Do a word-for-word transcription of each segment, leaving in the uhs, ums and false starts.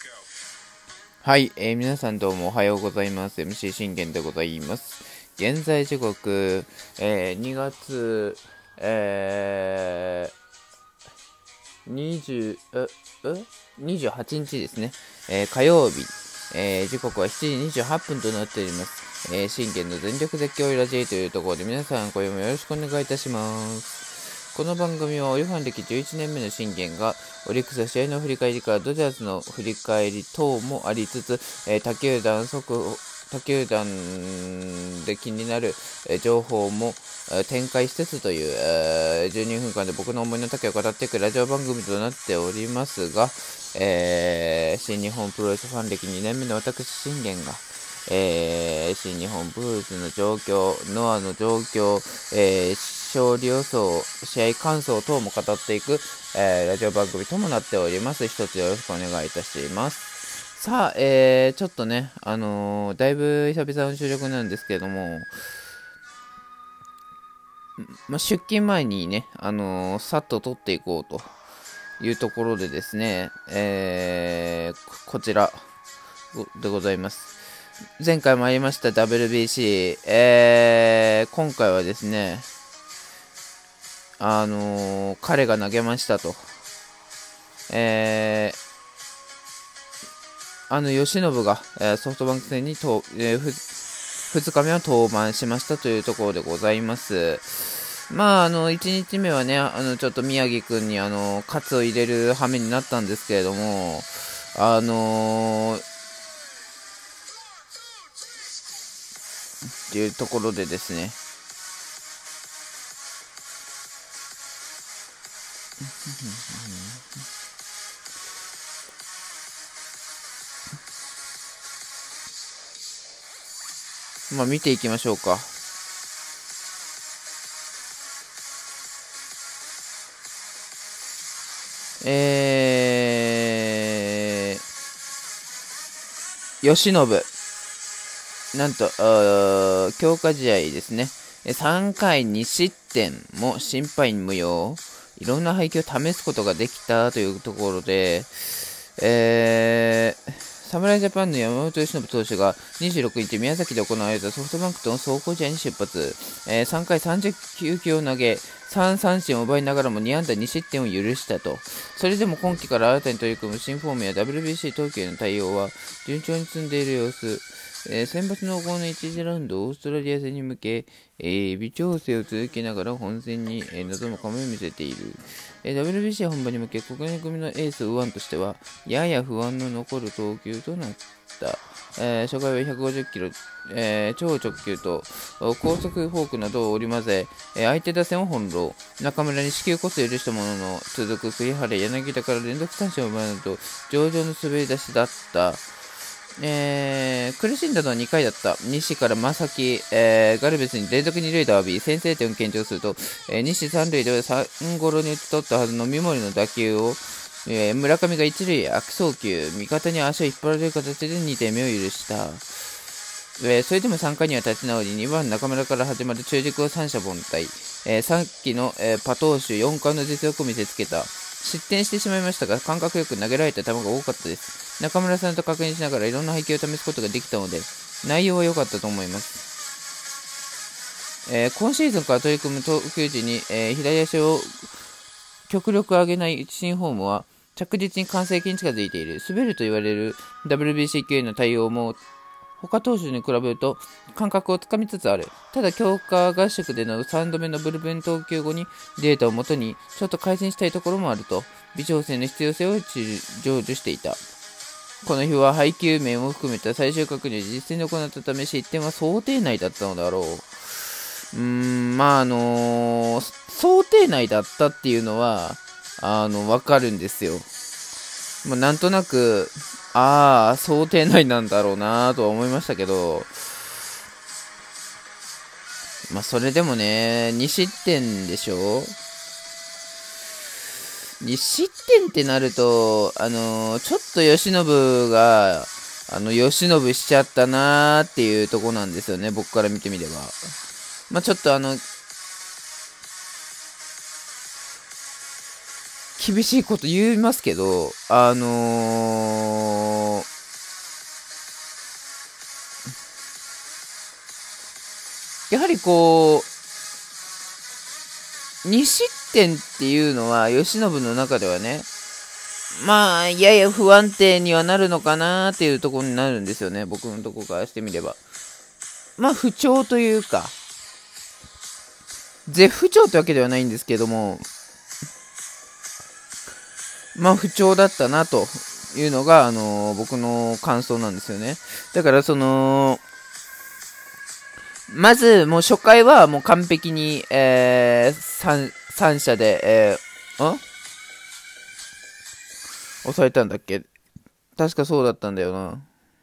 はい、えー、皆さんどうもおはようございます。エムシー 信玄でございます。現在時刻、えー、にがつ、えー、にじゅう、え、にじゅうはちにちですね、えー、火曜日、えー、時刻はしちじにじゅうはっぷんとなっております。えー、信玄の全力絶叫ラジーというところで皆さん今夜もよろしくお願いいたします。この番組はオリファン歴じゅういちねんめの信玄がオリックス試合の振り返りからドジャースの振り返り等もありつつ、えー、他球団速他球団で気になる、えー、情報も、えー、展開しつつという、えー、じゅうにふんかんで僕の思いの丈を語っていくラジオ番組となっておりますが、えー、新日本プロレスファン歴にねんめの私信玄がえー、新日本プロレスの状況、ノアの状況、えー勝利予想、試合感想等も語っていく、えー、ラジオ番組ともなっております。一つよろしくお願いいたします。さあ、えー、ちょっとね、あのー、だいぶ久々の収録なんですけれども、まあ、出勤前にね、あのー、さっと撮っていこうというところでですね、えー、こちらでございます。前回もありました ダブリュービーシー、えー、今回はですね、あのー、彼が投げましたと。えー、あの、吉信が、えー、ソフトバンク戦にと、えー、ふつかめは登板しましたというところでございます。まあ、あの、いちにちめはね、あの、ちょっと宮城くんに、あの、喝を入れる羽目になったんですけれども、あのー、っていうところでですね、まあ見ていきましょうか。えー、吉信、なんと、強化試合ですね。さんかいに失点も心配無用。いろんな配球を試すことができたというところで、えー、侍ジャパンの山本由伸投手がにじゅうろくにち宮崎で行われたソフトバンクとの壮行試合に出発、えー、さんかいさんじゅうきゅうきゅうを投げさん三振を奪いながらもに安打に失点を許したと。それでも今季から新たに取り組む新フォームや ダブリュービーシー 東京への対応は順調に進んでいる様子。えー、選抜の後のいち次ラウンドオーストラリア戦に向け、えー、微調整を続けながら本戦に、えー、臨む構えを見せている。えー、ダブリュービーシー 本番に向け国内組のエース右腕としてはやや不安の残る投球となった。えー、初回はひゃくごじゅっキロ、えー、超直球と高速フォークなどを織り交ぜ、えー、相手打線を翻弄。中村に四球こそ許したものの続く栗原柳田から連続三振を奪うなど上々の滑り出しだった。えー、苦しんだのはにかいだった。西から正木、えー、ガルベスに連続二塁打を浴び、先制点を献上すると、えー、西三塁ではさんゴロに打ち取ったはずの三森の打球を、えー、村上が一塁悪送球、味方に足を引っ張られる形でにてんめを許した。えー、それでもさんかいには立ち直り、にばん中村から始まる中軸を三者凡退。えー、さっきの、えー、パ投手よんかいの実力を見せつけた。失点してしまいましたが、感覚よく投げられた球が多かったです。中村さんと確認しながらいろんな配球を試すことができたので、内容は良かったと思います。えー、今シーズンから取り組む投球時に、えー、左足を極力上げない新フォームは着実に完成形に近づいている。滑ると言われる ダブリュービーシー 級への対応も他投手に比べると感覚をつかみつつある。ただ強化合宿でのさんどめのブルペン投球後にデータをもとにちょっと改善したいところもあると微調整の必要性を成就していた。この日は配球面を含めた最終確認を実践で行ったため失点は想定内だったのだろう。うーん、まああのー、想定内だったっていうのはあのわかるんですよ。まあ、なんとなくああ、想定内なんだろうなとは思いましたけど、まあ、それでもね、に失点でしょ ?に 失点ってなると、あのー、ちょっと吉信が、あの、吉信しちゃったなーっていうとこなんですよね、僕から見てみれば。まあ、ちょっとあの、 厳しいこと言いますけど、あのー、やはりこう、に失点っていうのは、慶喜の中ではね、まあ、やや不安定にはなるのかなっていうところになるんですよね、僕のところからしてみれば。まあ、不調というか、絶不調ってわけではないんですけども、まあ、不調だったなというのが、あのー、僕の感想なんですよね。だから、その、まず、もう初回はもう完璧に、えー、三、三者で、えー、ん抑えたんだっけ。確かそうだったんだよな。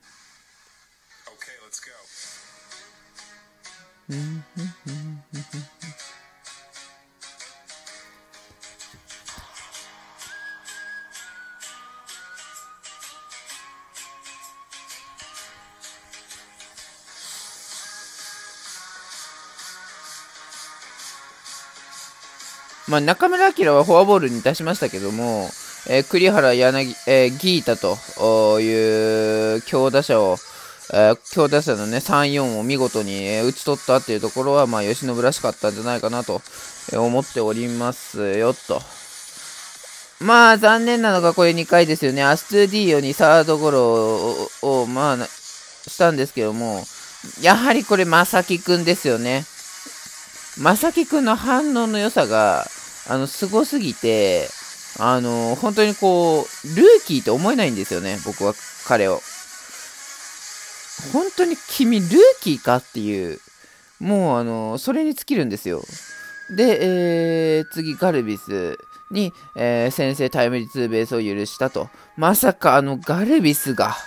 まあ、中村晃はフォアボールに出しましたけども、えー、栗原、柳、えー、ギータという強打者を、えー、強打者のね、さん、よんを見事に、えー、打ち取ったっていうところは、まあ、慶喜らしかったんじゃないかなと、えー、思っておりますよ、と。まあ、残念なのがこれにかいですよね。アスツーディーヨにサードゴロを、をまあ、したんですけども、やはりこれ、正木くんですよね。正木くんの反応の良さが、あの、すごすぎて、あの、本当にこう、ルーキーって思えないんですよね、僕は彼を。本当に君、ルーキーかっていう、もう、あの、それに尽きるんですよ。で、えー、次、ガルビスに、えー、先制タイムリーツーベースを許したと。まさか、あの、ガルビスが、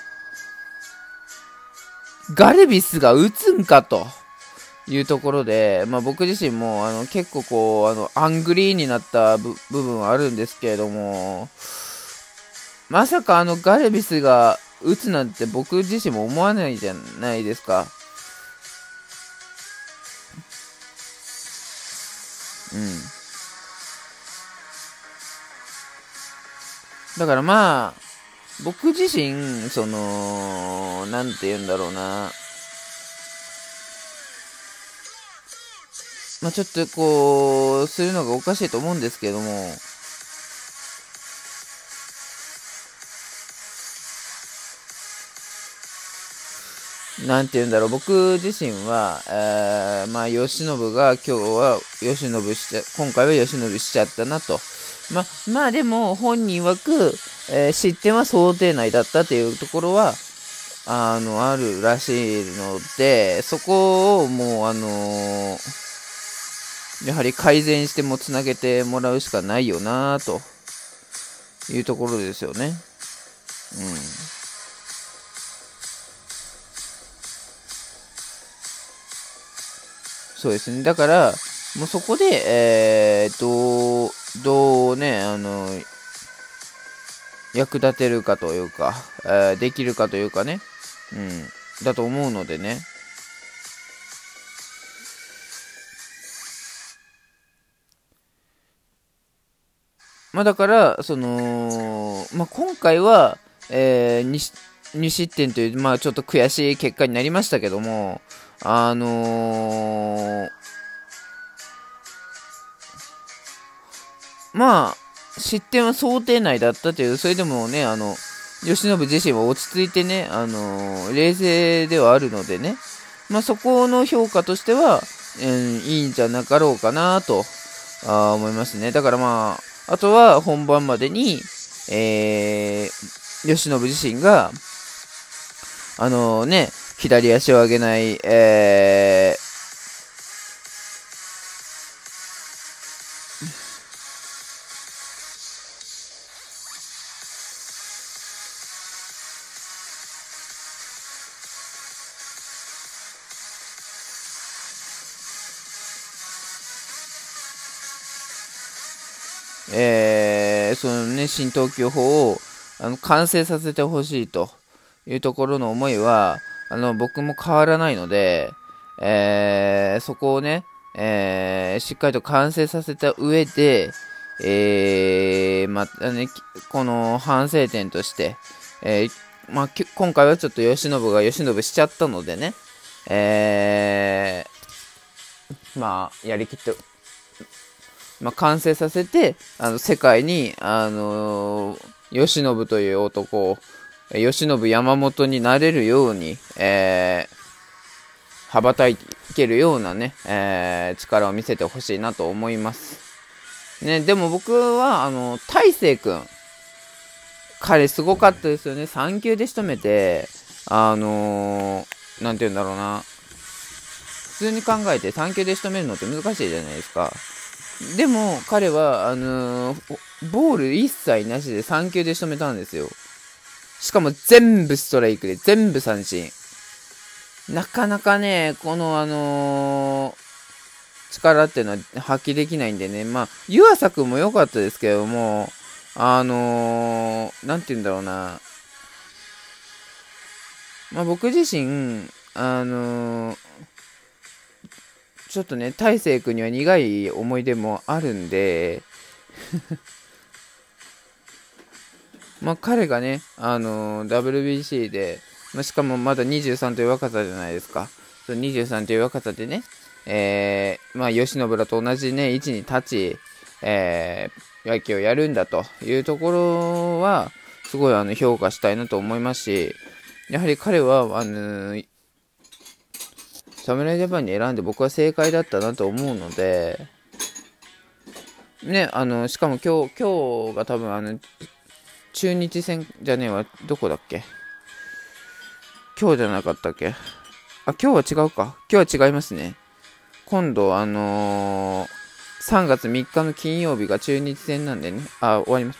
ガルビスが打つんかと。いうところで、まあ、僕自身もあの結構こうあのアングリーになった部分はあるんですけれども、まさかあのガルビスが打つなんて僕自身も思わないじゃないですか。うん。だからまあ、僕自身、その、なんて言うんだろうな。まあちょっとこう、するのがおかしいと思うんですけども、なんて言うんだろう、僕自身は、えー、まあ、慶喜が今日は、慶喜しちゃ、今回は慶喜しちゃったなと。ま、まあでも、本人曰く、えー、失点は想定内だったというところは、あの、あるらしいので、そこをもう、あのー、やはり改善してもつなげてもらうしかないよなというところですよね。うん。そうですね。だから、もうそこで、えー、どう、どうね、あの、役立てるかというか、えー、できるかというかね、うん、だと思うのでね。まあだから、その、まあ今回は、えー、2, に失点という、まあちょっと悔しい結果になりましたけども、あのー、まあ、失点は想定内だったという、それでもね、あの、慶喜自身は落ち着いてね、あのー、冷静ではあるのでね、まあそこの評価としては、うん、いいんじゃなかろうかなとあ思いますね。だからまあ、あとは本番までに、えー、慶喜自身が、あのー、ね、左足を上げない、えー、えー、そのね、新投球法をあの完成させてほしいというところの思いは、あの僕も変わらないので、えー、そこをね、えー、しっかりと完成させた上で、 えー、またね、この反省点として、えー、まあ、今回はちょっと慶喜が慶喜しちゃったのでね、えー、まあ、やりきって、まあ、完成させて、あの、世界に、あのー、慶喜という男を、慶喜山本になれるように、えー、羽ばたいけるようなね、えー、力を見せてほしいなと思います。ね、でも僕は、あの、大勢くん、彼すごかったですよね。さん級で仕留めて、あのー、なんて言うんだろうな。普通に考えてさん級で仕留めるのって難しいじゃないですか。でも、彼は、あのー、ボール一切なしでさん級で仕留めたんですよ。しかも全部ストライクで、全部三振。なかなかね、このあのー、力っていうのは発揮できないんでね。まあ、湯浅くんも良かったですけども、あのー、なんて言うんだろうな。まあ僕自身、あのー、ちょっとね、大勢君には苦い思い出もあるんで、まあ彼がね、あのー、ダブリュービーシー で、まあ、しかもまだにじゅうさんという若さじゃないですか。にじゅうさんという若さでね、えー、まあ慶喜らと同じね、位置に立ち、えー、野球をやるんだというところは、すごいあの評価したいなと思いますし、やはり彼は、あのー、侍ジャパンに選んで僕は正解だったなと思うので、ね、あの、しかも今日、今日が多分あの、中日戦じゃねえわ、どこだっけ今日じゃなかったっけあ、今日は違うか。今日は違いますね。今度、あのー、さんがつみっかの金曜日が中日戦なんでね。あ、終わります。